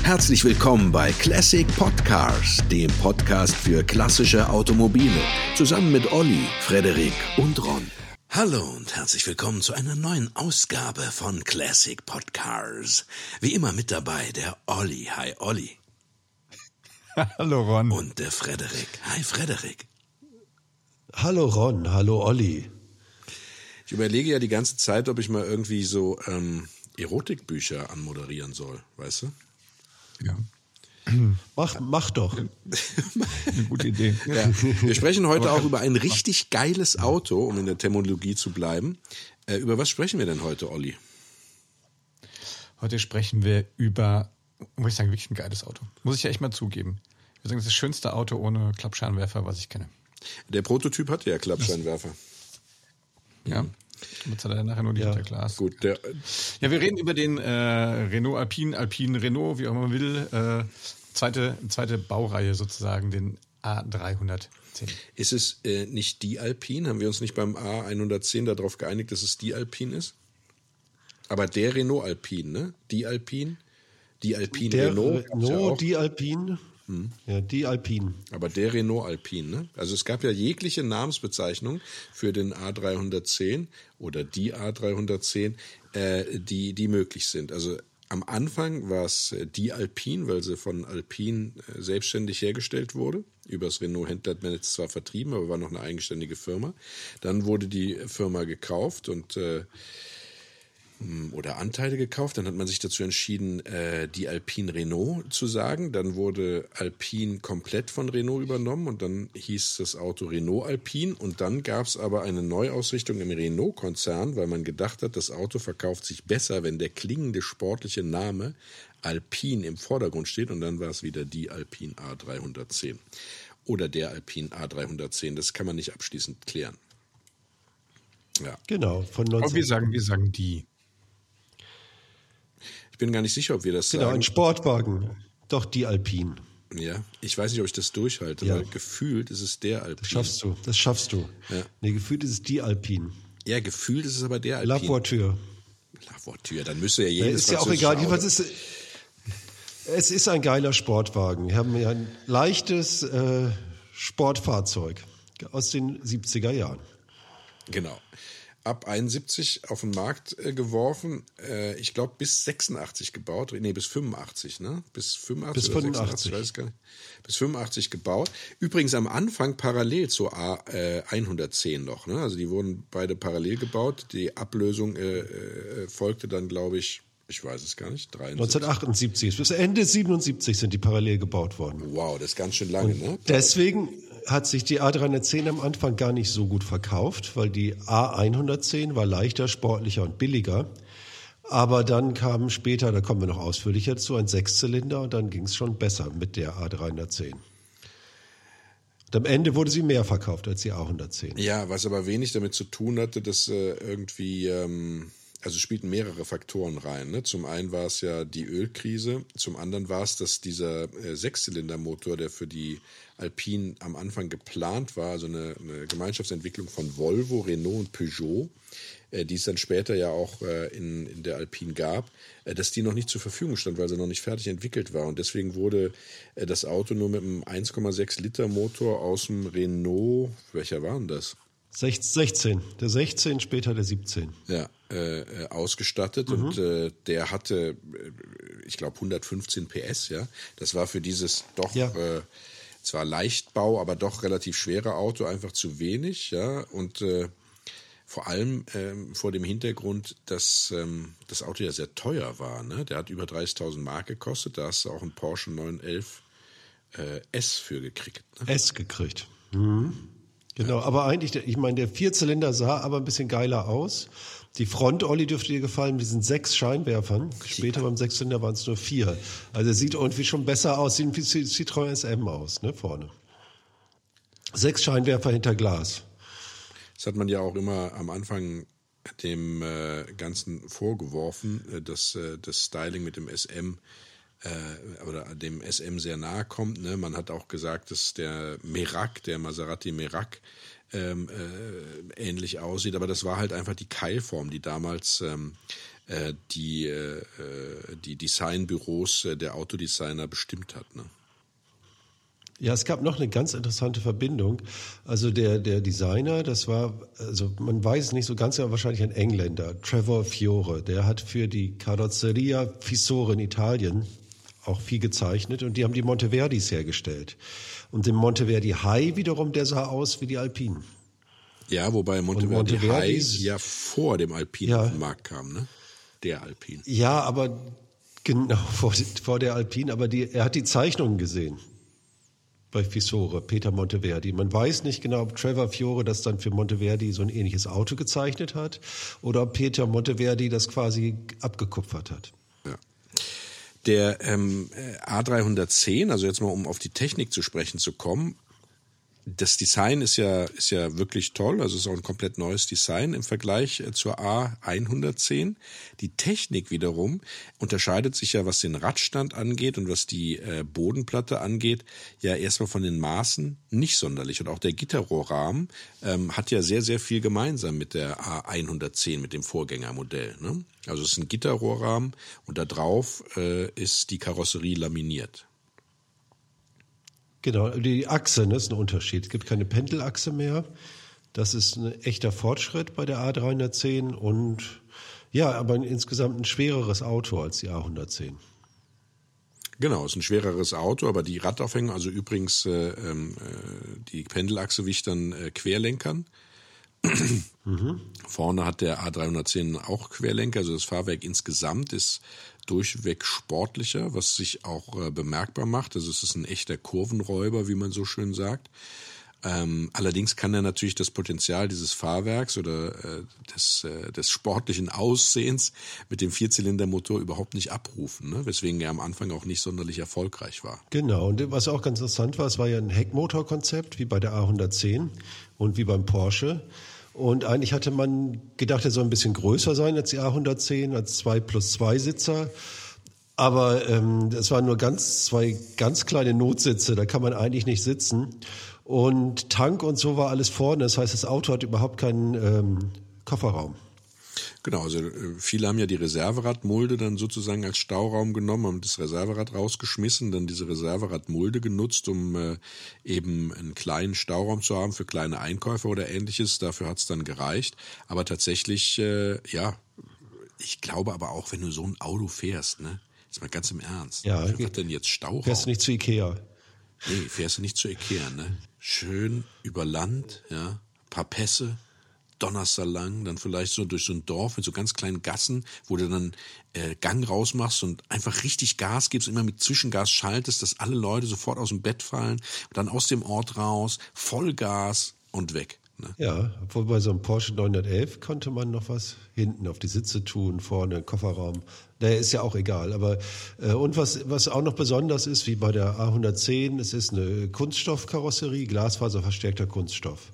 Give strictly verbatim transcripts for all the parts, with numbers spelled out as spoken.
Herzlich willkommen bei Classic Podcars, dem Podcast für klassische Automobile. Zusammen mit Olli, Frederik und Ron. Hallo und herzlich willkommen zu einer neuen Ausgabe von Classic Podcars. Wie immer mit dabei der Olli. Hi Olli. Hallo Ron. Und der Frederik. Hi Frederik. Hallo Ron, hallo Olli. Ich überlege ja die ganze Zeit, ob ich mal irgendwie so ähm, Erotikbücher anmoderieren soll, weißt du? Ja. Mach, mach doch. Eine gute Idee. Ja. Wir sprechen heute auch über ein richtig geiles Auto, um in der Terminologie zu bleiben. Äh, über was sprechen wir denn heute, Olli? Heute sprechen wir über, muss ich sagen, wirklich ein geiles Auto. Muss ich ja echt mal zugeben. Ich würde sagen, das ist das schönste Auto ohne Klappscheinwerfer, was ich kenne. Der Prototyp hatte ja Klappscheinwerfer. Ja. Jetzt hat er nachher nur die Ja. Hinterglas. Gut, der, Ja, wir reden über den äh, Renault Alpine, Alpine Renault, wie auch immer man will. Äh, zweite, zweite Baureihe sozusagen, den A dreihundertzehn. ist es äh, nicht die Alpine? Haben wir uns nicht beim A hundertzehn darauf geeinigt, dass es die Alpine ist? Aber der Renault Alpine, ne? Die Alpine? Die Alpine Der Renault? gab's ja Renault, auch. die Alpine. Hm. Ja, die Alpine. Aber der Renault Alpine, ne? Also es gab ja jegliche Namensbezeichnung für den A dreihundertzehn oder die A dreihundertzehn, äh, die, die möglich sind. Also am Anfang war es äh, die Alpine, weil sie von Alpine äh, selbstständig hergestellt wurde. Übers Renault-Händler hat man jetzt zwar vertrieben, aber war noch eine eigenständige Firma. Dann wurde die Firma gekauft und äh, oder Anteile gekauft. Dann hat man sich dazu entschieden, äh, die Alpine Renault zu sagen. Dann wurde Alpine komplett von Renault übernommen und dann hieß das Auto Renault Alpine. Und dann gab es aber eine Neuausrichtung im Renault-Konzern, weil man gedacht hat, das Auto verkauft sich besser, wenn der klingende sportliche Name Alpine im Vordergrund steht. Und dann war es wieder die Alpine A dreihundertzehn oder der Alpine A dreihundertzehn. Das kann man nicht abschließend klären. Ja. Genau, von Aber neunzehn. wir sagen, wir sagen die. Ich bin gar nicht sicher, ob wir das Genau, sagen. ein Sportwagen. Doch, die Alpine. Ja, ich weiß nicht, ob ich das durchhalte, Ja. weil gefühlt ist es der Alpine. Das schaffst du, das schaffst du. Ja. Nee, gefühlt ist es die Alpine. Ja, gefühlt ist es aber der La Alpine. Voiture. La Voiture, dann müsste ja Ja, jedes ist ja auch französische egal. Auto- Jedenfalls ist es ist ein geiler Sportwagen. Wir haben ja ein leichtes äh, Sportfahrzeug aus den siebziger Jahren. Genau. Ab einundsiebzig auf den Markt äh, geworfen, äh, ich glaube bis sechsundachtzig gebaut, nee, bis fünfundachtzig, ne? Bis fünfundachtzig Bis oder fünfundachtzig. sechsundachtzig, ich weiß gar nicht. Bis fünfundachtzig gebaut. Übrigens am Anfang parallel zur A äh, hundertzehn noch, ne? Also die wurden beide parallel gebaut. Die Ablösung äh, äh, folgte dann, glaube ich, ich weiß es gar nicht, dreiundsiebzig. neunzehnhundertachtundsiebzig. Bis Ende siebenundsiebzig sind die parallel gebaut worden. Wow, das ist ganz schön lange, ne? Deswegen hat sich die A dreihundertzehn am Anfang gar nicht so gut verkauft, weil die A hundertzehn war leichter, sportlicher und billiger. Aber dann kam später, da kommen wir noch ausführlicher zu, ein Sechszylinder und dann ging es schon besser mit der A dreihundertzehn. Und am Ende wurde sie mehr verkauft als die A hundertzehn. Ja, was aber wenig damit zu tun hatte, dass äh, irgendwie, ähm, also spielten mehrere Faktoren rein. Ne? Zum einen war es ja die Ölkrise, zum anderen war es, dass dieser äh, Sechszylindermotor, der für die Alpine am Anfang geplant war, also eine, eine Gemeinschaftsentwicklung von Volvo, Renault und Peugeot, äh, die es dann später ja auch äh, in, in der Alpine gab, äh, dass die noch nicht zur Verfügung stand, weil sie noch nicht fertig entwickelt war. Und deswegen wurde äh, das Auto nur mit einem eins Komma sechs Liter Motor aus dem Renault, welcher war denn das? sechzehn, der sechzehn, später der siebzehn. Ja, äh, äh, ausgestattet Mhm. und äh, der hatte, äh, ich glaube, hundertfünfzehn P S, ja. Das war für dieses doch Ja. äh, zwar Leichtbau, aber doch relativ schwere Auto einfach zu wenig, ja. Und äh, vor allem ähm, vor dem Hintergrund, dass ähm, das Auto ja sehr teuer war, ne? Der hat über dreißigtausend Mark gekostet, da hast du auch einen Porsche neunhundertelf äh, S für gekriegt. Ne? S gekriegt. Mhm. Genau, aber eigentlich, ich meine, der Vierzylinder sah aber ein bisschen geiler aus. Die Front, Olli, dürfte dir gefallen, mit diesen sechs Scheinwerfern. Später beim Sechszylinder waren es nur vier. Also er sieht irgendwie schon besser aus, sieht wie Citroën S M aus, ne, vorne. Sechs Scheinwerfer hinter Glas. Das hat man ja auch immer am Anfang dem äh, Ganzen vorgeworfen, äh, dass äh, das Styling mit dem S M äh, oder dem S M sehr nahe kommt. Ne? Man hat auch gesagt, dass der Merak, der Maserati Merak, ähm, äh, ähnlich aussieht. Aber das war halt einfach die Keilform, die damals ähm, äh, die, äh, die Designbüros äh, der Autodesigner bestimmt hat. Ne? Ja, es gab noch eine ganz interessante Verbindung. Also der, der Designer, das war, also man weiß es nicht so ganz, aber wahrscheinlich ein Engländer, Trevor Fiore. Der hat für die Carrozzeria Fisore in Italien auch viel gezeichnet und die haben die Monteverdis hergestellt. Und den Monteverdi High wiederum, der sah aus wie die Alpinen. Ja, wobei Monteverdi High ja vor dem Alpin ja. auf den Markt kam, ne? Der Alpin. Ja, aber genau vor, vor der Alpin, aber die, er hat die Zeichnungen gesehen. Bei Fisore, Peter Monteverdi. Man weiß nicht genau, ob Trevor Fiore das dann für Monteverdi so ein ähnliches Auto gezeichnet hat oder ob Peter Monteverdi das quasi abgekupfert hat. Ja. Der ähm, A dreihundertzehn, also jetzt mal um auf die Technik zu sprechen zu kommen, das Design ist ja, ist ja wirklich toll, also es ist auch ein komplett neues Design im Vergleich zur A hundertzehn. Die Technik wiederum unterscheidet sich ja, was den Radstand angeht und was die äh, Bodenplatte angeht, ja erstmal von den Maßen nicht sonderlich. Und auch der Gitterrohrrahmen ähm, hat ja sehr, sehr viel gemeinsam mit der A hundertzehn, mit dem Vorgängermodell. Ne? Also es ist ein Gitterrohrrahmen und da drauf äh, ist die Karosserie laminiert. Genau, die Achse, ne, ist ein Unterschied. Es gibt keine Pendelachse mehr. Das ist ein echter Fortschritt bei der A dreihundertzehn und ja, aber insgesamt ein schwereres Auto als die A hundertzehn. Genau, es ist ein schwereres Auto, aber die Radaufhängung, also übrigens äh, äh, die Pendelachse wiegt dann äh, Querlenkern. mhm. Vorne hat der A dreihundertzehn auch Querlenker, also das Fahrwerk insgesamt ist durchweg sportlicher, was sich auch äh, bemerkbar macht. Also es ist ein echter Kurvenräuber, wie man so schön sagt. Ähm, allerdings kann er natürlich das Potenzial dieses Fahrwerks oder äh, des, äh, des sportlichen Aussehens mit dem Vierzylindermotor überhaupt nicht abrufen, ne? Weswegen er am Anfang auch nicht sonderlich erfolgreich war. Genau, und was auch ganz interessant war, es war ja ein Heckmotorkonzept, wie bei der A hundertzehn und wie beim Porsche. Und eigentlich hatte man gedacht, er soll ein bisschen größer sein als die A hundertzehn, als zwei plus zwei Sitzer. Aber ähm, das waren nur ganz zwei ganz kleine Notsitze, da kann man eigentlich nicht sitzen. Und Tank und so war alles vorne, das heißt, das Auto hat überhaupt keinen ähm, Kofferraum. Genau, also viele haben ja die Reserveradmulde dann sozusagen als Stauraum genommen, haben das Reserverad rausgeschmissen, dann diese Reserveradmulde genutzt, um äh, eben einen kleinen Stauraum zu haben für kleine Einkäufer oder Ähnliches. Dafür hat's dann gereicht. Aber tatsächlich, äh, ja, ich glaube aber auch, wenn du so ein Auto fährst, ne, jetzt mal ganz im Ernst, ja, was hat denn jetzt Stauraum? Fährst du nicht zu Ikea? Nee, fährst du nicht zu Ikea, ne? Schön über Land, ja, paar Pässe. Donnerstag lang, dann vielleicht so durch so ein Dorf mit so ganz kleinen Gassen, wo du dann äh, Gang rausmachst und einfach richtig Gas gibst, immer mit Zwischengas schaltest, dass alle Leute sofort aus dem Bett fallen und dann aus dem Ort raus, Vollgas und weg. Ne? Ja, obwohl bei so einem Porsche neunhundertelf konnte man noch was hinten auf die Sitze tun, vorne Kofferraum. Naja, ist ja auch egal. Aber äh, und was was auch noch besonders ist, wie bei der A hundertzehn, es ist eine Kunststoffkarosserie, glasfaserverstärkter Kunststoff.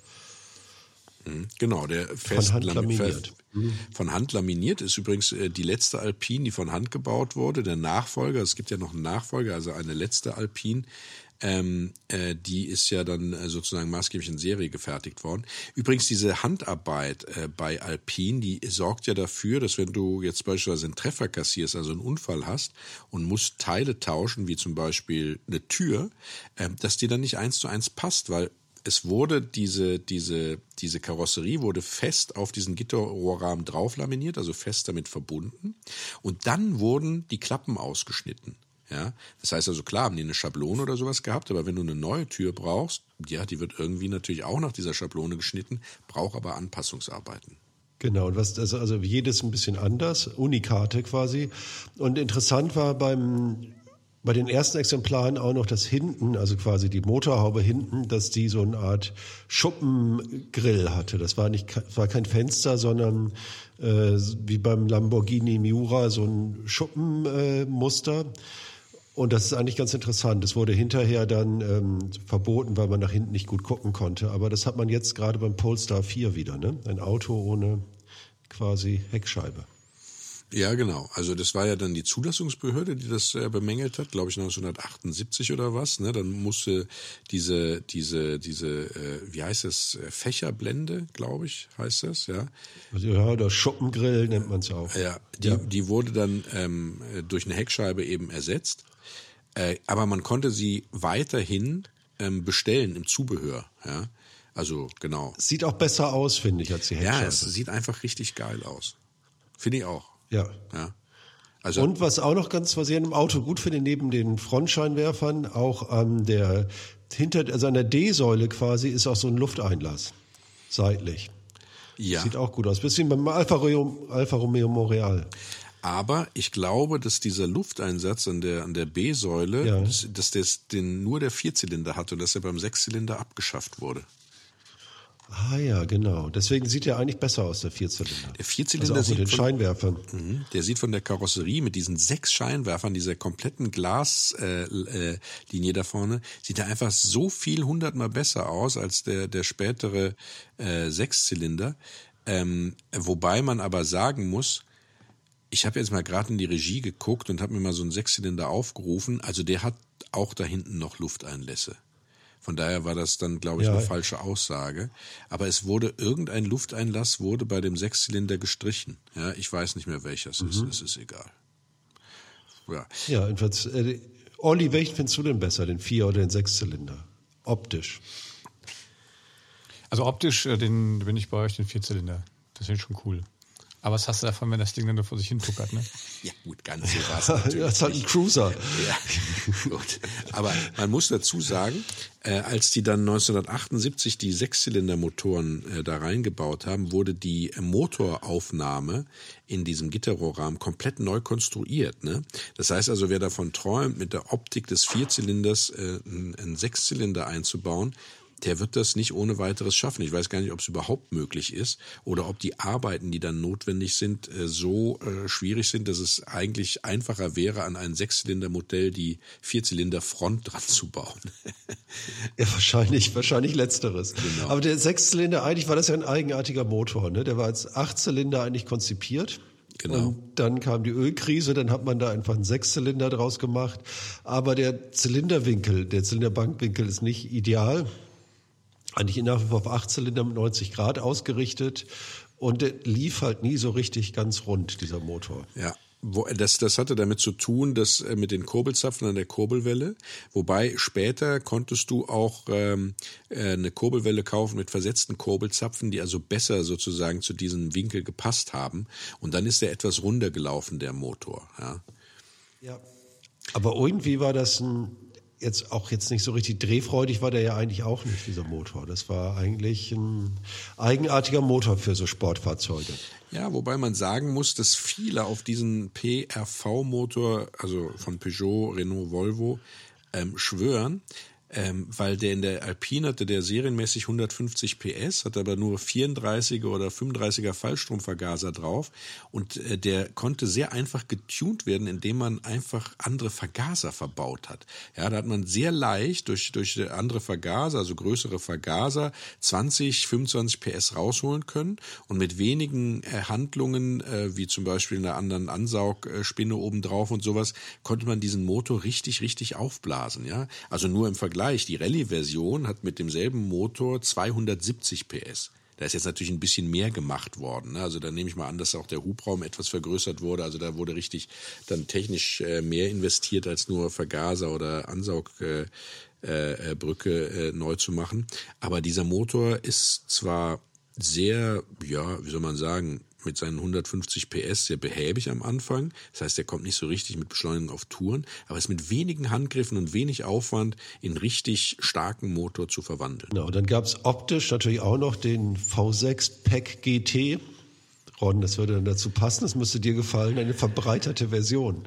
Genau, der fest von Hand laminiert. Von Hand laminiert ist übrigens die letzte Alpine, die von Hand gebaut wurde. Der Nachfolger, es gibt ja noch einen Nachfolger, also eine letzte Alpine, ähm, äh, die ist ja dann äh, sozusagen maßgeblich in Serie gefertigt worden. Übrigens diese Handarbeit äh, bei Alpine, die sorgt ja dafür, dass wenn du jetzt beispielsweise einen Treffer kassierst, also einen Unfall hast und musst Teile tauschen, wie zum Beispiel eine Tür, äh, dass die dann nicht eins zu eins passt, weil es wurde diese, diese, diese Karosserie wurde fest auf diesen Gitterrohrrahmen drauf laminiert, also fest damit verbunden. Und dann wurden die Klappen ausgeschnitten. Ja, das heißt also, klar haben die eine Schablone oder sowas gehabt, aber wenn du eine neue Tür brauchst, ja, die wird irgendwie natürlich auch nach dieser Schablone geschnitten, braucht aber Anpassungsarbeiten. Genau, und was also, also jedes ein bisschen anders, Unikate quasi. Und interessant war beim Bei den ersten Exemplaren auch noch das hinten, also quasi die Motorhaube hinten, dass die so eine Art Schuppengrill hatte. Das war nicht, war kein Fenster, sondern äh, wie beim Lamborghini Miura so ein Schuppenmuster. Äh, Und das ist eigentlich ganz interessant. Das wurde hinterher dann ähm, verboten, weil man nach hinten nicht gut gucken konnte. Aber das hat man jetzt gerade beim Polestar vier wieder, ne? Ein Auto ohne quasi Heckscheibe. Ja, genau. Also das war ja dann die Zulassungsbehörde, die das äh, bemängelt hat, glaube ich neunzehnhundertachtundsiebzig oder was. Ne? Dann musste diese, diese, diese, äh, wie heißt das, Fächerblende, glaube ich, heißt das, ja. Ja, oder Schuppengrill nennt man es auch. Ja, die, ja. die wurde dann ähm, durch eine Heckscheibe eben ersetzt. Äh, aber man konnte sie weiterhin ähm, bestellen im Zubehör, ja. Also genau. Sieht auch besser aus, finde ich, als die Heckscheibe. Ja, es sieht einfach richtig geil aus. Finde ich auch. Ja. ja. Also, und was auch noch ganz, was ich an dem Auto gut finde, neben den Frontscheinwerfern, auch an der, hinter, also an der D-Säule quasi, ist auch so ein Lufteinlass. Seitlich. Ja. Sieht auch gut aus. Bisschen beim Alfa Romeo, Alfa Romeo Montreal. Aber ich glaube, dass dieser Lufteinsatz an der, an der B-Säule, ja. dass, dass das den, nur der Vierzylinder hatte und dass er beim Sechszylinder abgeschafft wurde. Ah ja, genau. Deswegen sieht er eigentlich besser aus, der Vierzylinder. Der Vierzylinder also auch sieht mit den von, Scheinwerfern. Mh, der sieht von der Karosserie mit diesen sechs Scheinwerfern, dieser kompletten Glaslinie äh, äh, da vorne, sieht er einfach so viel hundertmal besser aus als der, der spätere äh, Sechszylinder. Ähm, wobei man aber sagen muss, ich habe jetzt mal gerade in die Regie geguckt und habe mir mal so einen Sechszylinder aufgerufen. Also der hat auch da hinten noch Lufteinlässe. Von daher war das dann, glaube ich, ja. eine falsche Aussage. Aber es wurde, irgendein Lufteinlass wurde bei dem Sechszylinder gestrichen. Ja, ich weiß nicht mehr, welcher es mhm. ist. Es ist egal. Ja, ja jedenfalls. Äh, Olli, welchen findest du denn besser, den Vier- oder den Sechszylinder? Optisch. Also optisch, äh, den bin ich bei euch, den Vierzylinder. Das finde ich schon cool. Aber was hast du davon, wenn das Ding dann nur vor sich hin tuckert, ne? Ja gut, ganz so war es natürlich. Das ist halt ein Cruiser. Ja, gut. Aber man muss dazu sagen, äh, als die dann neunzehnhundertachtundsiebzig die Sechszylindermotoren äh, da reingebaut haben, wurde die Motoraufnahme in diesem Gitterrohrrahmen komplett neu konstruiert. Ne? Das heißt also, wer davon träumt, mit der Optik des Vierzylinders äh, einen Sechszylinder einzubauen, der wird das nicht ohne weiteres schaffen. Ich weiß gar nicht, ob es überhaupt möglich ist oder ob die Arbeiten, die dann notwendig sind, so äh, schwierig sind, dass es eigentlich einfacher wäre, an ein Sechszylindermodell die Vierzylinder-Front dran zu bauen. Ja, wahrscheinlich, wahrscheinlich Letzteres. Genau. Aber der Sechszylinder, eigentlich war das ja ein eigenartiger Motor. Ne? Der war als Achtzylinder eigentlich konzipiert. Genau. Und dann kam die Ölkrise, dann hat man da einfach einen Sechszylinder draus gemacht. Aber der Zylinderwinkel, der Zylinderbankwinkel ist nicht ideal. Eigentlich nach wie vor auf Achtzylinder mit neunzig Grad ausgerichtet und der lief halt nie so richtig ganz rund, dieser Motor. Ja, wo, das, das hatte damit zu tun, dass äh, mit den Kurbelzapfen an der Kurbelwelle, wobei später konntest du auch ähm, äh, eine Kurbelwelle kaufen mit versetzten Kurbelzapfen, die also besser sozusagen zu diesem Winkel gepasst haben und dann ist der etwas runder gelaufen, der Motor. Ja, ja. Aber irgendwie war das ein jetzt auch jetzt nicht so richtig drehfreudig war der ja eigentlich auch nicht, dieser Motor. Das war eigentlich ein eigenartiger Motor für so Sportfahrzeuge. Ja, wobei man sagen muss, dass viele auf diesen P R V-Motor, also von Peugeot, Renault, Volvo, ähm, schwören, ähm, weil der in der Alpine hatte der serienmäßig hundertfünfzig P S, hat aber nur vierunddreißiger oder fünfunddreißiger Fallstromvergaser drauf und äh, der konnte sehr einfach getuned werden, indem man einfach andere Vergaser verbaut hat. Ja, da hat man sehr leicht durch durch andere Vergaser, also größere Vergaser, zwanzig, fünfundzwanzig P S rausholen können und mit wenigen äh, Handlungen, äh, wie zum Beispiel einer anderen Ansaugspinne obendrauf und sowas, konnte man diesen Motor richtig, richtig aufblasen. Ja, also nur im Vergleich. Die Rallye-Version hat mit demselben Motor zweihundertsiebzig P S. Da ist jetzt natürlich ein bisschen mehr gemacht worden. Also da nehme ich mal an, dass auch der Hubraum etwas vergrößert wurde. Also da wurde richtig dann technisch mehr investiert, als nur Vergaser oder Ansaugbrücke äh, äh, neu zu machen. Aber dieser Motor ist zwar sehr, ja, wie soll man sagen, mit seinen hundertfünfzig P S sehr behäbig am Anfang. Das heißt, er kommt nicht so richtig mit Beschleunigung auf Touren, aber ist mit wenigen Handgriffen und wenig Aufwand in richtig starken Motor zu verwandeln. Genau, und dann gab es optisch natürlich auch noch den V sechs P E C G T. Ron, das würde dann dazu passen, das müsste dir gefallen, eine verbreiterte Version.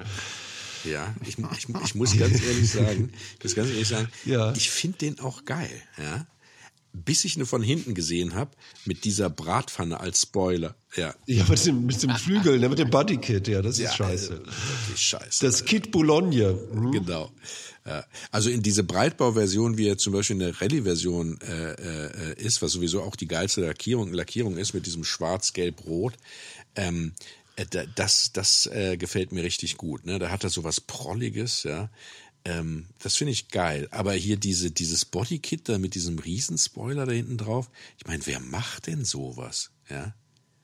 Ja, ich, ich, ich muss ganz ehrlich sagen, ich muss ganz ehrlich sagen, ja. ich finde den auch geil, ja. Bis ich ihn von hinten gesehen habe, mit dieser Bratpfanne als Spoiler. Ja, ja mit, dem, mit dem Flügel, ne, mit dem Bodykit, ja, das ist ja, scheiße. Also, wirklich scheiße. Das Kit Boulogne. Mhm. Genau. Ja. Also in diese Breitbauversion, wie er zum Beispiel in der Rallye-Version äh, äh, ist, was sowieso auch die geilste Lackierung, Lackierung ist, mit diesem schwarz-gelb-rot, ähm, Äh, das das äh, gefällt mir richtig gut. Ne? Da hat er so was Prolliges, ja. Ähm, das finde ich geil. Aber hier diese, dieses Bodykit da mit diesem Riesenspoiler da hinten drauf, ich meine, wer macht denn sowas? Ja.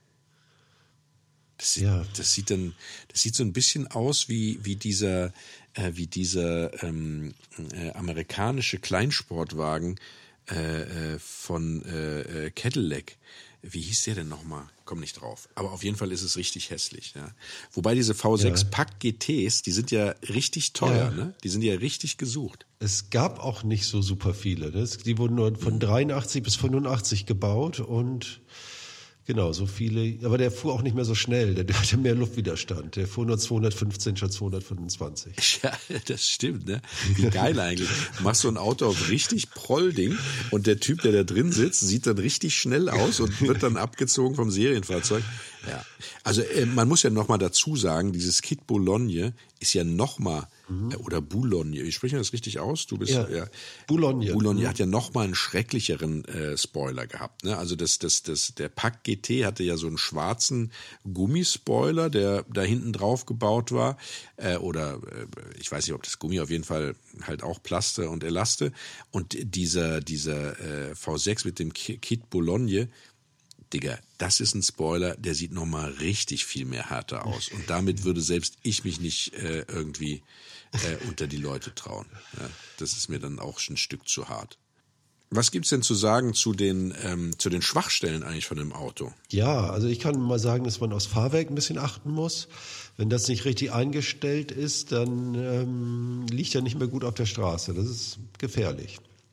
Das sieht, Ja. das sieht dann, das sieht so ein bisschen aus wie, wie dieser, äh, wie dieser ähm, äh, amerikanische Kleinsportwagen äh, äh, von äh, äh, Cadillac. Wie hieß der denn nochmal? Komm nicht drauf. Aber auf jeden Fall ist es richtig hässlich. Ja. Wobei diese V sechs Ja. Pack G Ts, die sind ja richtig teuer, Ja. ne? Die sind ja richtig gesucht. Es gab auch nicht so super viele. Das, die wurden nur von dreiundachtzig bis fünfundachtzig gebaut und genau, so viele. Aber der fuhr auch nicht mehr so schnell. Der, der hatte mehr Luftwiderstand. Der fuhr nur zweihundertfünfzehn statt zweihundertfünfundzwanzig. Ja, das stimmt, ne? Wie geil eigentlich. Du machst so ein Auto auf richtig Prollding und der Typ, der da drin sitzt, sieht dann richtig schnell aus und wird dann abgezogen vom Serienfahrzeug. Ja. Also äh, man muss ja nochmal dazu sagen, dieses Kit Boulogne ist ja nochmal, mhm. äh, oder Boulogne, wie sprechen wir das richtig aus? Du bist Ja, ja. Boulogne. Boulogne Mhm. hat ja nochmal einen schrecklicheren äh, Spoiler gehabt. Ne? Also das, das, das, der Pack G T hatte ja so einen schwarzen Gummispoiler, der da hinten drauf gebaut war. Äh, oder äh, ich weiß nicht, ob das Gummi, auf jeden Fall halt auch Plaste und Elaste. Und dieser, dieser äh, V sechs mit dem Kit Boulogne, Digga, das ist ein Spoiler, der sieht nochmal richtig viel mehr härter aus. Und damit würde selbst ich mich nicht äh, irgendwie äh, unter die Leute trauen. Ja, das ist mir dann auch schon ein Stück zu hart. Was gibt's denn zu sagen zu den, ähm, zu den Schwachstellen eigentlich von dem Auto? Ja, also ich kann mal sagen, dass man aufs Fahrwerk ein bisschen achten muss. Wenn das nicht richtig eingestellt ist, dann ähm, liegt er nicht mehr gut auf der Straße. Das ist gefährlich.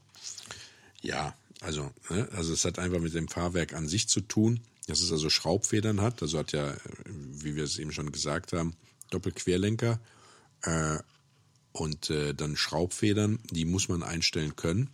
Ja, also, ne, also es hat einfach mit dem Fahrwerk an sich zu tun, dass es also Schraubfedern hat. Also hat ja, wie wir es eben schon gesagt haben, Doppelquerlenker äh, und äh, dann Schraubfedern, die muss man einstellen können.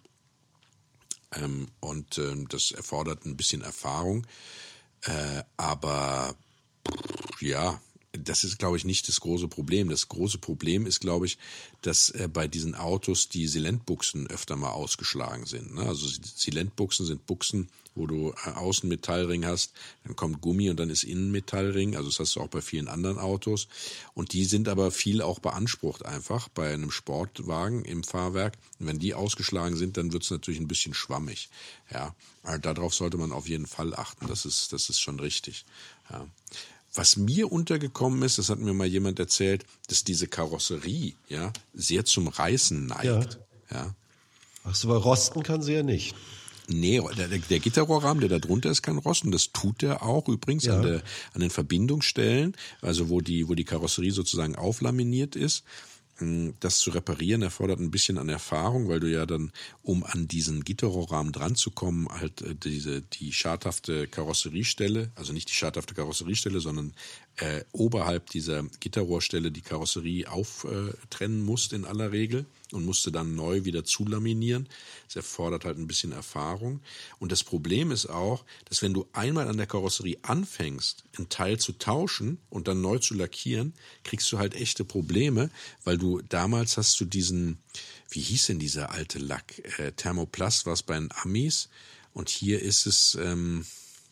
Ähm, und ähm, das erfordert ein bisschen Erfahrung. Äh, aber pff, ja, das ist, glaube ich, nicht das große Problem. Das große Problem ist, glaube ich, dass äh, bei diesen Autos die Silentbuchsen öfter mal ausgeschlagen sind. Ne? Also Silentbuchsen sind Buchsen, wo du äh, außen Metallring hast, dann kommt Gummi und dann ist innen Metallring. Also das hast du auch bei vielen anderen Autos. Und die sind aber viel auch beansprucht einfach bei einem Sportwagen im Fahrwerk. Und wenn die ausgeschlagen sind, dann wird es natürlich ein bisschen schwammig. Ja, also darauf sollte man auf jeden Fall achten. Das ist, das ist schon richtig. Ja. Was mir untergekommen ist, das hat mir mal jemand erzählt, dass diese Karosserie ja sehr zum Reißen neigt. Ja. Ja. Ach so, weil rosten kann sie ja nicht. Nee, der, der Gitterrohrrahmen, der da drunter ist, kann rosten. Das tut der auch übrigens Ja. an, der, an den Verbindungsstellen, also wo die, wo die Karosserie sozusagen auflaminiert ist. Das zu reparieren erfordert ein bisschen an Erfahrung, weil du ja dann, um an diesen Gitterrohrrahmen dran zu kommen, halt äh, diese die schadhafte Karosseriestelle, also nicht die schadhafte Karosseriestelle, sondern äh, oberhalb dieser Gitterrohrstelle die Karosserie auftrennen äh, musst in aller Regel und musste dann neu wieder zulaminieren. Das erfordert halt ein bisschen Erfahrung. Und das Problem ist auch, dass wenn du einmal an der Karosserie anfängst, einen Teil zu tauschen und dann neu zu lackieren, kriegst du halt echte Probleme, weil du damals hast du diesen, wie hieß denn dieser alte Lack? Äh, Thermoplast war es bei den Amis und hier ist es, ähm,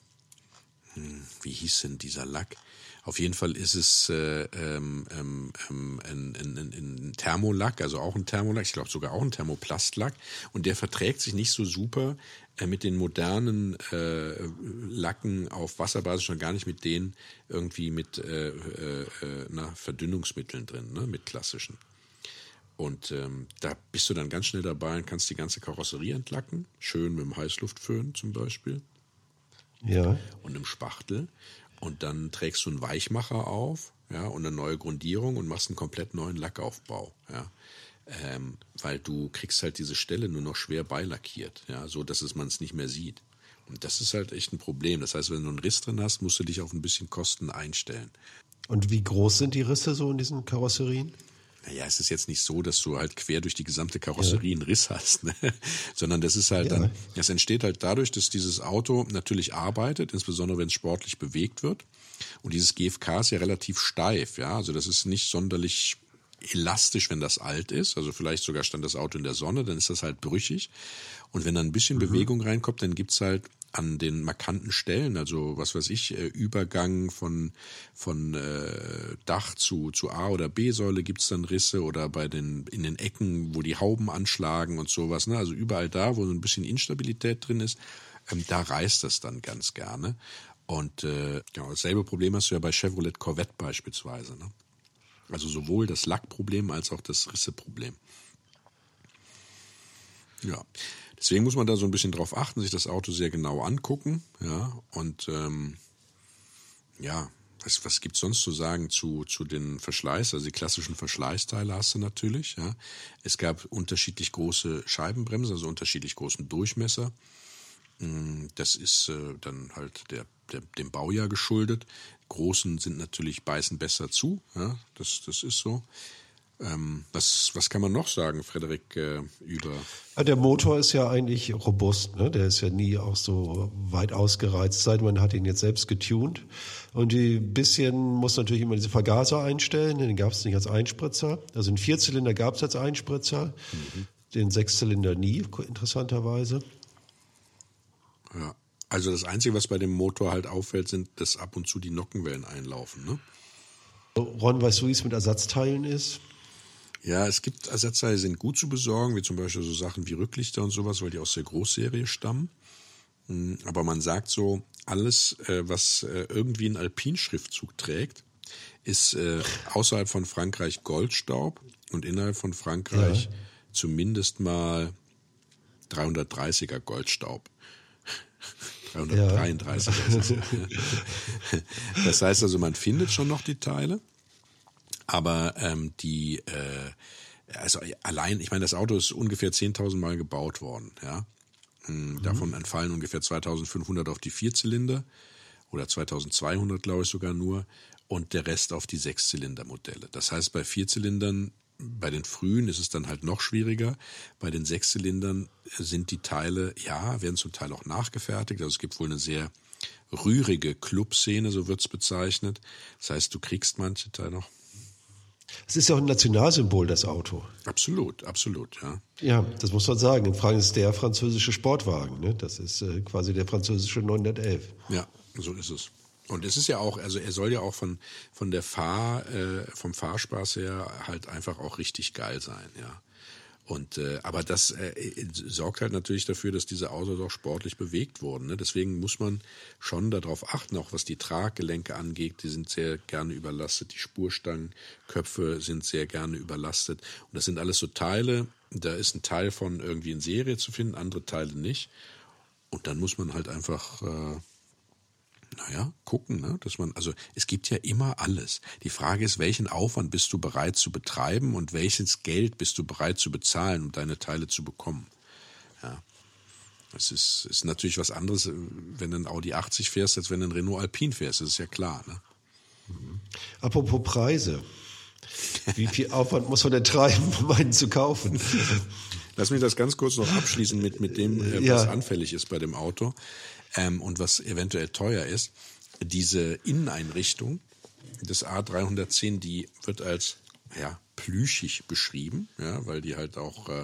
hm, wie hieß denn dieser Lack? Auf jeden Fall ist es äh, ähm, ähm, ein, ein, ein, ein Thermolack, also auch ein Thermolack, ich glaube sogar auch ein Thermoplastlack. Und der verträgt sich nicht so super äh, mit den modernen äh, Lacken auf Wasserbasis, schon gar nicht mit denen irgendwie mit äh, äh, na, Verdünnungsmitteln drin, ne, mit klassischen. Und ähm, da bist du dann ganz schnell dabei und kannst die ganze Karosserie entlacken, schön mit dem Heißluftföhn zum Beispiel. Ja. Und einem Spachtel. Und dann trägst du einen Weichmacher auf, ja, und eine neue Grundierung und machst einen komplett neuen Lackaufbau, ja. Ähm, weil du kriegst halt diese Stelle nur noch schwer beilackiert, ja, so dass es man es nicht mehr sieht. Und das ist halt echt ein Problem. Das heißt, wenn du einen Riss drin hast, musst du dich auf ein bisschen Kosten einstellen. Und wie groß sind die Risse so in diesen Karosserien? Naja, es ist jetzt nicht so, dass du halt quer durch die gesamte Karosserie einen Riss hast, ne? Sondern das ist halt Ja. dann, das entsteht halt dadurch, dass dieses Auto natürlich arbeitet, insbesondere wenn es sportlich bewegt wird. Und dieses G F K ist ja relativ steif, ja, also das ist nicht sonderlich elastisch, wenn das alt ist, also vielleicht sogar stand das Auto in der Sonne, dann ist das halt brüchig. Und wenn dann ein bisschen mhm. Bewegung reinkommt, dann gibt's halt an den markanten Stellen, also was weiß ich, Übergang von, von äh, Dach zu, zu A- oder B-Säule gibt's dann Risse oder bei den, in den Ecken, wo die Hauben anschlagen und sowas. Ne? Also überall da, wo so ein bisschen Instabilität drin ist, ähm, da reißt das dann ganz gerne. Und äh, genau, dasselbe Problem hast du ja bei Chevrolet Corvette beispielsweise. Ne? Also sowohl das Lackproblem als auch das Risseproblem. Ja, deswegen muss man da so ein bisschen drauf achten, sich das Auto sehr genau angucken. Ja, und ähm, ja, was, was gibt's sonst zu sagen zu, zu den Verschleiß? Also die klassischen Verschleißteile hast du natürlich. Ja. Es gab unterschiedlich große Scheibenbremsen, also unterschiedlich großen Durchmesser. Das ist äh, dann halt der, der, dem Baujahr geschuldet. Großen sind natürlich beißen besser zu. Ja, das, das ist so. Ähm, was, was kann man noch sagen, Frederik, äh, über... Ja, der Motor ist ja eigentlich robust, ne? Der ist ja nie auch so weit ausgereizt, seit man hat ihn jetzt selbst getuned. Und die bisschen muss natürlich immer diese Vergaser einstellen, den gab es nicht als Einspritzer. Also einen Vierzylinder gab es als Einspritzer, mhm. den Sechszylinder nie, interessanterweise. Ja, also das Einzige, was bei dem Motor halt auffällt, sind, dass ab und zu die Nockenwellen einlaufen, ne? Ron, weißt du, wie es mit Ersatzteilen ist? Ja, es gibt Ersatzteile, die sind gut zu besorgen, wie zum Beispiel so Sachen wie Rücklichter und sowas, weil die aus der Großserie stammen. Aber man sagt so, alles, was irgendwie einen Alpin-Schriftzug trägt, ist außerhalb von Frankreich Goldstaub und innerhalb von Frankreich ja. zumindest mal dreihundertdreißiger Goldstaub. dreihundertdreiunddreißig. Ja. Ist es. Das heißt also, man findet schon noch die Teile, aber ähm, die, äh, also allein, ich meine, das Auto ist ungefähr zehntausend Mal gebaut worden, ja. Mhm. Davon entfallen ungefähr zweitausendfünfhundert auf die Vierzylinder oder zweitausendzweihundert, glaube ich, sogar nur, und der Rest auf die Sechszylindermodelle. Das heißt, bei Vierzylindern, bei den frühen ist es dann halt noch schwieriger. Bei den Sechszylindern sind die Teile, ja, werden zum Teil auch nachgefertigt. Also es gibt wohl eine sehr rührige Clubszene, so wird's bezeichnet. Das heißt, du kriegst manche Teile noch. Es ist ja auch ein Nationalsymbol, das Auto. Absolut, absolut, ja. Ja, das muss man sagen. In Frankreich ist der französische Sportwagen, ne? Das ist äh, quasi der französische neunhundertelf. Ja, so ist es. Und es ist ja auch, also er soll ja auch von, von der Fahr, äh, vom Fahrspaß her halt einfach auch richtig geil sein, ja. Und, äh, aber das äh, sorgt halt natürlich dafür, dass diese Autos auch sportlich bewegt wurden, ne? Deswegen muss man schon darauf achten, auch was die Traggelenke angeht. Die sind sehr gerne überlastet. Die Spurstangenköpfe sind sehr gerne überlastet. Und das sind alles so Teile, da ist ein Teil von irgendwie in Serie zu finden, andere Teile nicht. Und dann muss man halt einfach... Äh, Naja, gucken, ne? Dass man, also es gibt ja immer alles. Die Frage ist, welchen Aufwand bist du bereit zu betreiben und welches Geld bist du bereit zu bezahlen, um deine Teile zu bekommen. Ja. Das ist, ist natürlich was anderes, wenn du einen Audi achtzig fährst, als wenn du einen Renault Alpine fährst, das ist ja klar, ne? Mhm. Apropos Preise. Wie viel Aufwand muss man denn treiben, um einen zu kaufen? Lass mich das ganz kurz noch abschließen mit, mit dem, äh, was ja. anfällig ist bei dem Auto. Ähm, und was eventuell teuer ist, diese Inneneinrichtung des A dreihundertzehn, die wird als ja, plüschig beschrieben, ja, weil die halt auch äh,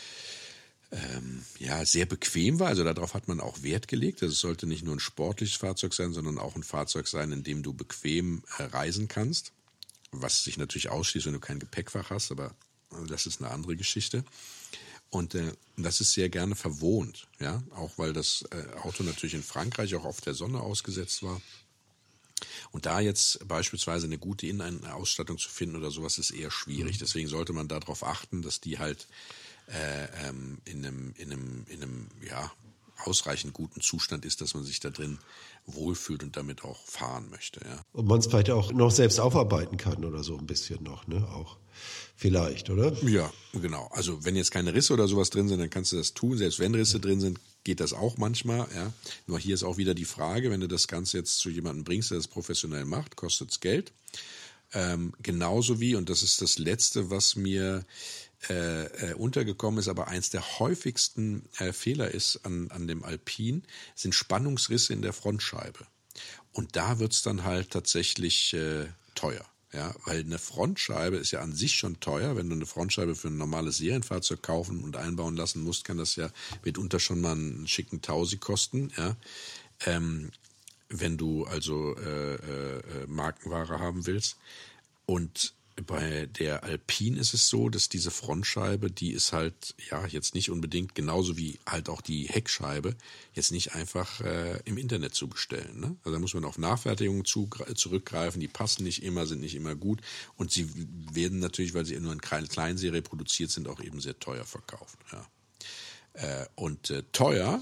ähm, ja, sehr bequem war. Also darauf hat man auch Wert gelegt. Also es sollte nicht nur ein sportliches Fahrzeug sein, sondern auch ein Fahrzeug sein, in dem du bequem äh, reisen kannst. Was sich natürlich ausschließt, wenn du kein Gepäckfach hast, aber das ist eine andere Geschichte. Und äh, das ist sehr gerne verwohnt, ja, auch weil das äh, Auto natürlich in Frankreich auch auf der Sonne ausgesetzt war. Und da jetzt beispielsweise eine gute Innenausstattung zu finden oder sowas ist eher schwierig. Deswegen sollte man darauf achten, dass die halt äh, ähm, in einem, in einem, in einem ja, ausreichend guten Zustand ist, dass man sich da drin wohlfühlt und damit auch fahren möchte. Ja. Und man es vielleicht auch noch selbst aufarbeiten kann oder so ein bisschen noch, ne, auch. Vielleicht, oder? Ja, genau. Also wenn jetzt keine Risse oder sowas drin sind, dann kannst du das tun. Selbst wenn Risse ja. drin sind, geht das auch manchmal. Ja. Nur hier ist auch wieder die Frage, wenn du das Ganze jetzt zu jemandem bringst, der das professionell macht, kostet es Geld. Ähm, genauso wie, und das ist das Letzte, was mir äh, äh, untergekommen ist, aber eins der häufigsten äh, Fehler ist an, an dem Alpine, sind Spannungsrisse in der Frontscheibe. Und da wird's dann halt tatsächlich äh, teuer. Ja, weil eine Frontscheibe ist ja an sich schon teuer. Wenn du eine Frontscheibe für ein normales Serienfahrzeug kaufen und einbauen lassen musst, kann das ja mitunter schon mal einen schicken Tausi kosten. Ja, ähm, wenn du also äh, äh, Markenware haben willst. Und bei der Alpine ist es so, dass diese Frontscheibe, die ist halt ja jetzt nicht unbedingt, genauso wie halt auch die Heckscheibe, jetzt nicht einfach äh, im Internet zu bestellen. Ne? Also da muss man auf Nachfertigungen zurückgreifen, die passen nicht immer, sind nicht immer gut und sie werden natürlich, weil sie nur in Kleinserie produziert sind, auch eben sehr teuer verkauft. Ja. Äh, und äh, teuer...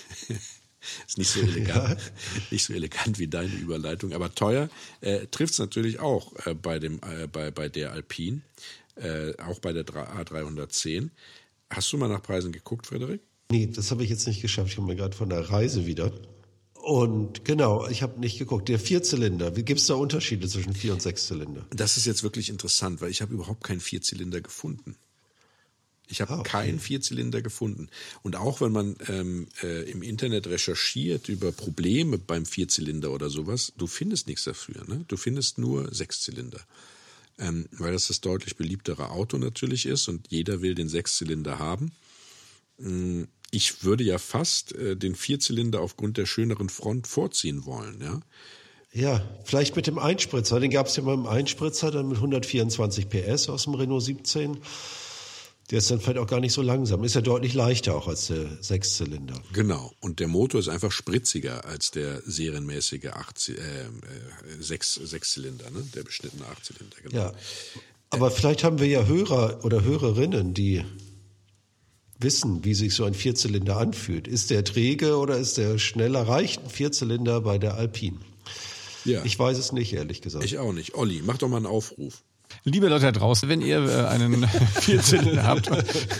Ist nicht so elegant, ja. nicht so elegant wie deine Überleitung, aber teuer äh, trifft es natürlich auch äh, bei dem äh, bei bei der Alpine, äh, auch bei der A dreihundertzehn. Hast du mal nach Preisen geguckt, Frederik? Nee, das habe ich jetzt nicht geschafft. Ich komme mir gerade von der Reise wieder. Und genau, ich habe nicht geguckt. Der Vierzylinder, wie gibt es da Unterschiede zwischen Vier- und Sechszylinder? Das ist jetzt wirklich interessant, weil ich habe überhaupt keinen Vierzylinder gefunden. Ich habe ah, okay. keinen Vierzylinder gefunden. Und auch wenn man ähm, äh, im Internet recherchiert über Probleme beim Vierzylinder oder sowas, du findest nichts dafür. Ne? Du findest nur Sechszylinder. Ähm, weil das das deutlich beliebtere Auto natürlich ist und jeder will den Sechszylinder haben. Ähm, ich würde ja fast äh, den Vierzylinder aufgrund der schöneren Front vorziehen wollen. Ja, ja, vielleicht mit dem Einspritzer. Den gab es ja mal im Einspritzer, dann mit hundertvierundzwanzig P S aus dem Renault siebzehn. Der ist dann vielleicht auch gar nicht so langsam. Ist ja deutlich leichter auch als der Sechszylinder. Genau. Und der Motor ist einfach spritziger als der serienmäßige acht, äh, sechs, Sechszylinder, ne? Der beschnittene Achtzylinder. Genau. Ja. Aber äh, vielleicht haben wir ja Hörer oder Hörerinnen, die wissen, wie sich so ein Vierzylinder anfühlt. Ist der träge oder ist der schneller? Reicht ein Vierzylinder bei der Alpine? Ja. Ich weiß es nicht, ehrlich gesagt. Ich auch nicht. Olli, mach doch mal einen Aufruf. Liebe Leute da draußen, wenn ihr äh, einen Vierzylinder habt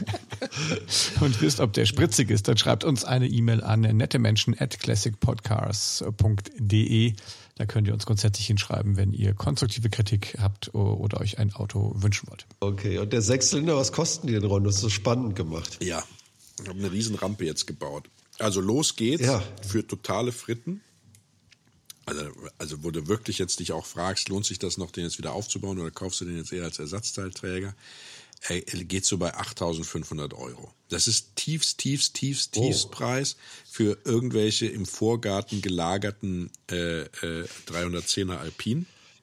und wisst, ob der spritzig ist, dann schreibt uns eine E-Mail an nettemenschen at classicpodcasts punkt de. Da könnt ihr uns grundsätzlich hinschreiben, wenn ihr konstruktive Kritik habt oder euch ein Auto wünschen wollt. Okay, und der Sechszylinder, was kosten die denn, Ron? Das ist so spannend gemacht. Ja, ich habe eine riesen Rampe jetzt gebaut. Also los geht's ja. Für totale Fritten. Also, also wo du wirklich jetzt dich auch fragst, lohnt sich das noch, den jetzt wieder aufzubauen oder kaufst du den jetzt eher als Ersatzteilträger, äh, geht so bei achttausendfünfhundert Euro. Das ist tiefst, tiefst, tiefst, tiefst oh. Preis für irgendwelche im Vorgarten gelagerten äh, äh, dreihundertzehner Alpine.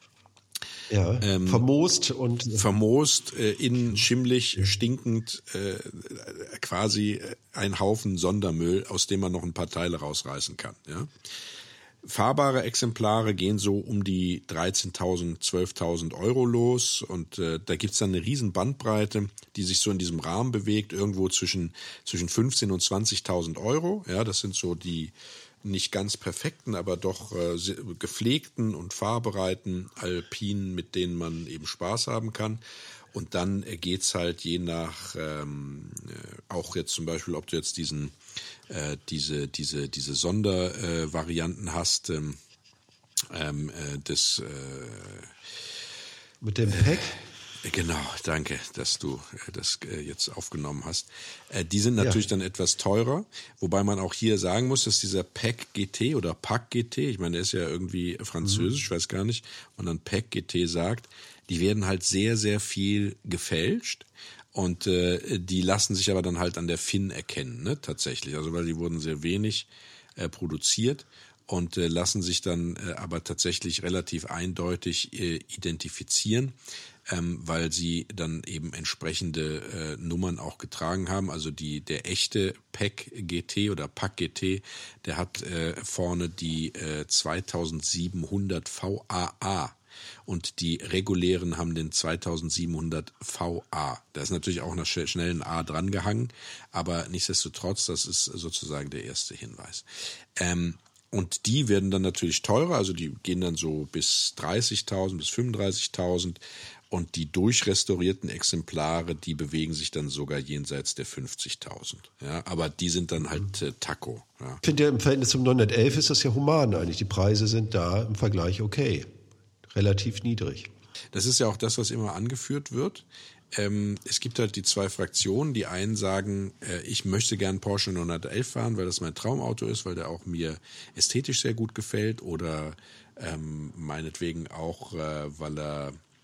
Ja, ähm, vermoost und... Vermoost, äh, innen schimmlig, stinkend, äh, quasi ein Haufen Sondermüll, aus dem man noch ein paar Teile rausreißen kann, ja. Fahrbare Exemplare gehen so um die dreizehntausend, zwölftausend Euro los und äh, da gibt's dann eine riesen Bandbreite, die sich so in diesem Rahmen bewegt, irgendwo zwischen zwischen fünfzehntausend und zwanzigtausend Euro. Ja, das sind so die nicht ganz perfekten, aber doch äh, gepflegten und fahrbereiten Alpinen, mit denen man eben Spaß haben kann. Und dann geht's halt je nach, ähm, auch jetzt zum Beispiel, ob du jetzt diesen, äh, diese, diese, diese Sondervarianten äh, hast, ähm, ähm, äh, des, äh, mit dem Pack? Äh, genau, danke, dass du äh, das äh, jetzt aufgenommen hast. Äh, die sind natürlich ja. dann etwas teurer, wobei man auch hier sagen muss, dass dieser Pack G T oder Pack G T, ich meine, der ist ja irgendwie französisch, ich mhm. weiß gar nicht, und dann Pack G T sagt, die werden halt sehr, sehr viel gefälscht und äh, die lassen sich aber dann halt an der F I N erkennen, ne, tatsächlich. Also weil die wurden sehr wenig äh, produziert und äh, lassen sich dann äh, aber tatsächlich relativ eindeutig äh, identifizieren, ähm, weil sie dann eben entsprechende äh, Nummern auch getragen haben. Also die der echte Pack G T oder Pack G T, der hat äh, vorne die äh, zweitausendsiebenhundert V A A. Und die regulären haben den zweitausendsiebenhundert V A. Da ist natürlich auch noch schnell ein A dran gehangen, aber nichtsdestotrotz, das ist sozusagen der erste Hinweis. Ähm, und die werden dann natürlich teurer, also die gehen dann so bis dreißigtausend, bis fünfunddreißigtausend. Und die durchrestaurierten Exemplare, die bewegen sich dann sogar jenseits der fünfzigtausend. Ja, aber die sind dann halt äh, Taco. Ja. Ich finde ja im Verhältnis zum neunhundertelf ist das ja human eigentlich. Die Preise sind da im Vergleich okay. Relativ niedrig. Das ist ja auch das, was immer angeführt wird. Ähm, es gibt halt die zwei Fraktionen. Die einen sagen, äh, ich möchte gern Porsche neunhundertelf fahren, weil das mein Traumauto ist, weil der auch mir ästhetisch sehr gut gefällt oder ähm, meinetwegen auch, äh, weil er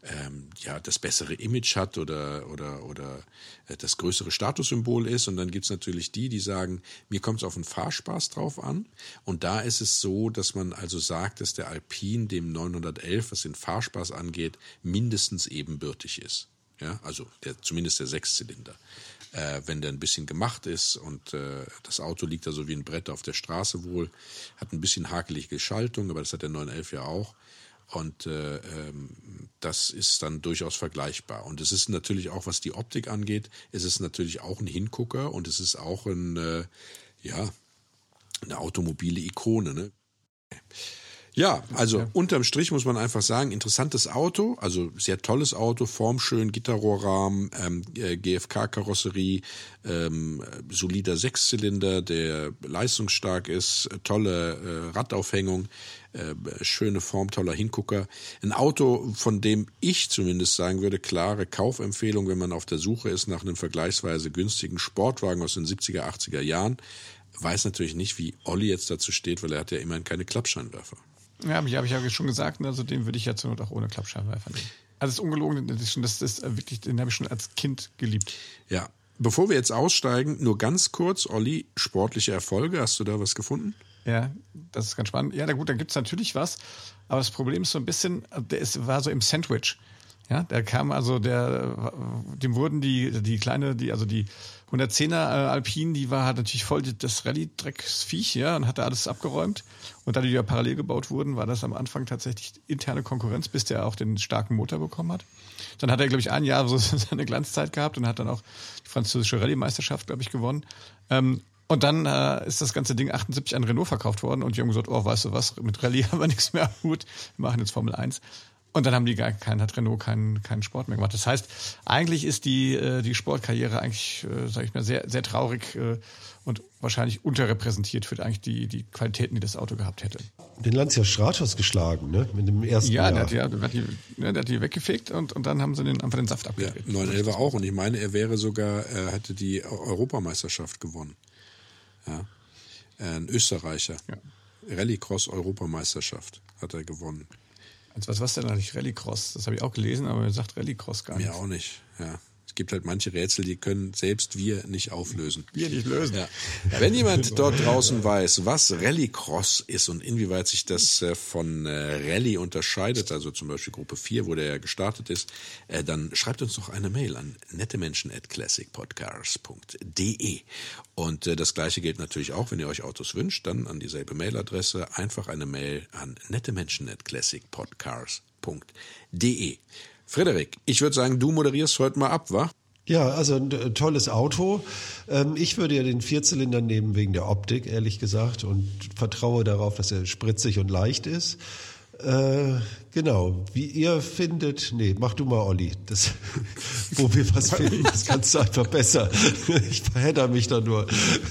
ähm, ja, das bessere Image hat oder, oder, oder äh, das größere Statussymbol ist. Und dann gibt's natürlich die, die sagen, mir kommt es auf den Fahrspaß drauf an. Und da ist es so, dass man also sagt, dass der Alpine dem neunhundertelf, was den Fahrspaß angeht, mindestens ebenbürtig ist. Ja, also der, zumindest der Sechszylinder. Äh, wenn der ein bisschen gemacht ist und äh, das Auto liegt da so wie ein Brett auf der Straße wohl, hat ein bisschen hakelige Schaltung, aber das hat der neunhundertelf ja auch. Und äh, ähm, das ist dann durchaus vergleichbar. Und es ist natürlich auch, was die Optik angeht, es ist natürlich auch ein Hingucker und es ist auch ein, äh, ja, eine automobile Ikone, ne? Ja, also ja. Unterm Strich muss man einfach sagen, interessantes Auto, also sehr tolles Auto, formschön, Gitterrohrrahmen, ähm, G F K-Karosserie, ähm, solider Sechszylinder, der leistungsstark ist, tolle äh, Radaufhängung, äh, schöne Form, toller Hingucker. Ein Auto, von dem ich zumindest sagen würde, klare Kaufempfehlung, wenn man auf der Suche ist nach einem vergleichsweise günstigen Sportwagen aus den siebziger, achtziger Jahren. Weiß natürlich nicht, wie Olli jetzt dazu steht, weil er hat ja immerhin keine Klappscheinwerfer. Ja, habe ich, hab ich ja schon gesagt, also den würde ich ja zur Not auch ohne Klappscheinwerfer nehmen. Also das ist ungelogen, das ist, das ist wirklich, den habe ich schon als Kind geliebt. Ja, bevor wir jetzt aussteigen, nur ganz kurz, Olli, sportliche Erfolge, hast du da was gefunden? Ja, das ist ganz spannend. Ja, na gut, da gibt es natürlich was, aber das Problem ist so ein bisschen, der ist, war so im Sandwich. Ja, der kam also, der, dem wurden die, die kleine, die, also die hundertzehner äh, Alpine, die war halt natürlich voll das Rallye-Drecksviech, ja, und hatte alles abgeräumt. Und da die ja parallel gebaut wurden, war das am Anfang tatsächlich interne Konkurrenz, bis der auch den starken Motor bekommen hat. Dann hat er, glaube ich, ein Jahr so seine Glanzzeit gehabt und hat dann auch die französische Rallye-Meisterschaft, glaube ich, gewonnen. Ähm, und dann äh, ist das ganze Ding achtundsiebzig an Renault verkauft worden und die haben gesagt, oh, weißt du was, mit Rallye haben wir nichts mehr am Hut, wir machen jetzt Formel eins. Und dann haben die gar keinen, hat Renault keinen, keinen Sport mehr gemacht. Das heißt, eigentlich ist die, die Sportkarriere eigentlich, sage ich mal, sehr, sehr traurig und wahrscheinlich unterrepräsentiert für eigentlich die, die Qualitäten, die das Auto gehabt hätte. Den Lancia Stratos geschlagen, ne? Mit dem ersten ja, Jahr. Der, der, hat die, der hat die weggefegt und, und dann haben sie den, einfach den Saft abgedreht. Ja, neunhundertelf auch. Und ich meine, er wäre sogar, er hätte die Europameisterschaft gewonnen. Ja. Ein Österreicher. Ja. Rallycross-Europameisterschaft hat er gewonnen. Was was denn eigentlich Rallycross? Das habe ich auch gelesen, aber er sagt Rallycross gar nicht. Mir auch nicht, ja. Es gibt halt manche Rätsel, die können selbst wir nicht auflösen. Wir nicht lösen. Ja. Wenn jemand dort draußen weiß, was Rallycross ist und inwieweit sich das von Rallye unterscheidet, also zum Beispiel Gruppe vier, wo der ja gestartet ist, dann schreibt uns doch eine Mail an nettemenschen at classic podcast punkt de. Und das Gleiche gilt natürlich auch, wenn ihr euch Autos wünscht, dann an dieselbe Mailadresse einfach eine Mail an nettemenschen at classic podcast punkt de. Frederik, ich würde sagen, du moderierst heute mal ab, wa? Ja, also ein tolles Auto. Ich würde ja den Vierzylinder nehmen wegen der Optik, ehrlich gesagt, und vertraue darauf, dass er spritzig und leicht ist. Äh, genau, wie ihr findet, nee, mach du mal, Olli, das, wo wir was finden, das kannst du einfach besser. Ich verhedder mich da nur.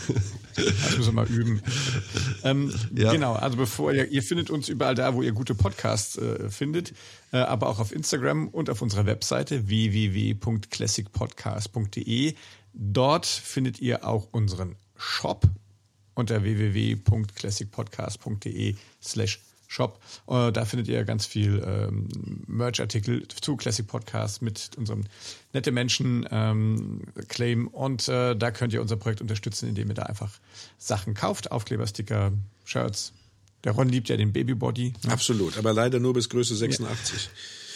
Das müssen wir mal üben. Ähm, ja. Genau, also bevor ihr, ihr findet uns überall da, wo ihr gute Podcasts äh, findet, äh, aber auch auf Instagram und auf unserer Webseite w w w punkt classic podcast punkt de. Dort findet ihr auch unseren Shop unter w w w punkt classic podcast punkt de slash Shop. Uh, da findet ihr ganz viel ähm, Merch-Artikel zu Classic Podcasts mit unserem nette Menschen ähm, Claim und äh, da könnt ihr unser Projekt unterstützen, indem ihr da einfach Sachen kauft, Aufkleber, Sticker, Shirts. Der Ron liebt ja den Babybody. Ne? Absolut, aber leider nur bis Größe sechsundachtzig.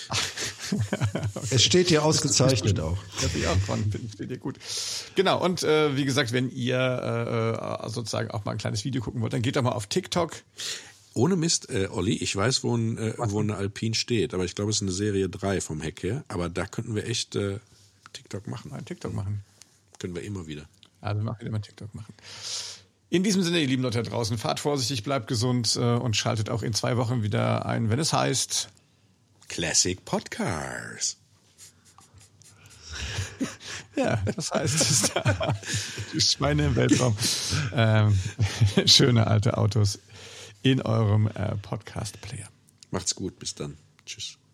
Okay. Es steht hier ausgezeichnet auch. Das ich auch, Ron, steht hier gut. Genau, und äh, wie gesagt, wenn ihr äh, sozusagen auch mal ein kleines Video gucken wollt, dann geht doch mal auf TikTok. Ohne Mist, äh, Olli, ich weiß, wo, ein, äh, wo eine Alpine steht, aber ich glaube, es ist eine Serie drei vom Heck her. Aber da könnten wir echt äh, TikTok machen. Mal TikTok machen. Können wir immer wieder. Also wir machen immer TikTok machen. In diesem Sinne, ihr lieben Leute da draußen, fahrt vorsichtig, bleibt gesund äh, und schaltet auch in zwei Wochen wieder ein, wenn es heißt Classic Podcasts. Ja, das heißt es da. Die Schweine im Weltraum. Ähm, schöne alte Autos in eurem äh, Podcast-Player. Macht's gut, bis dann. Tschüss.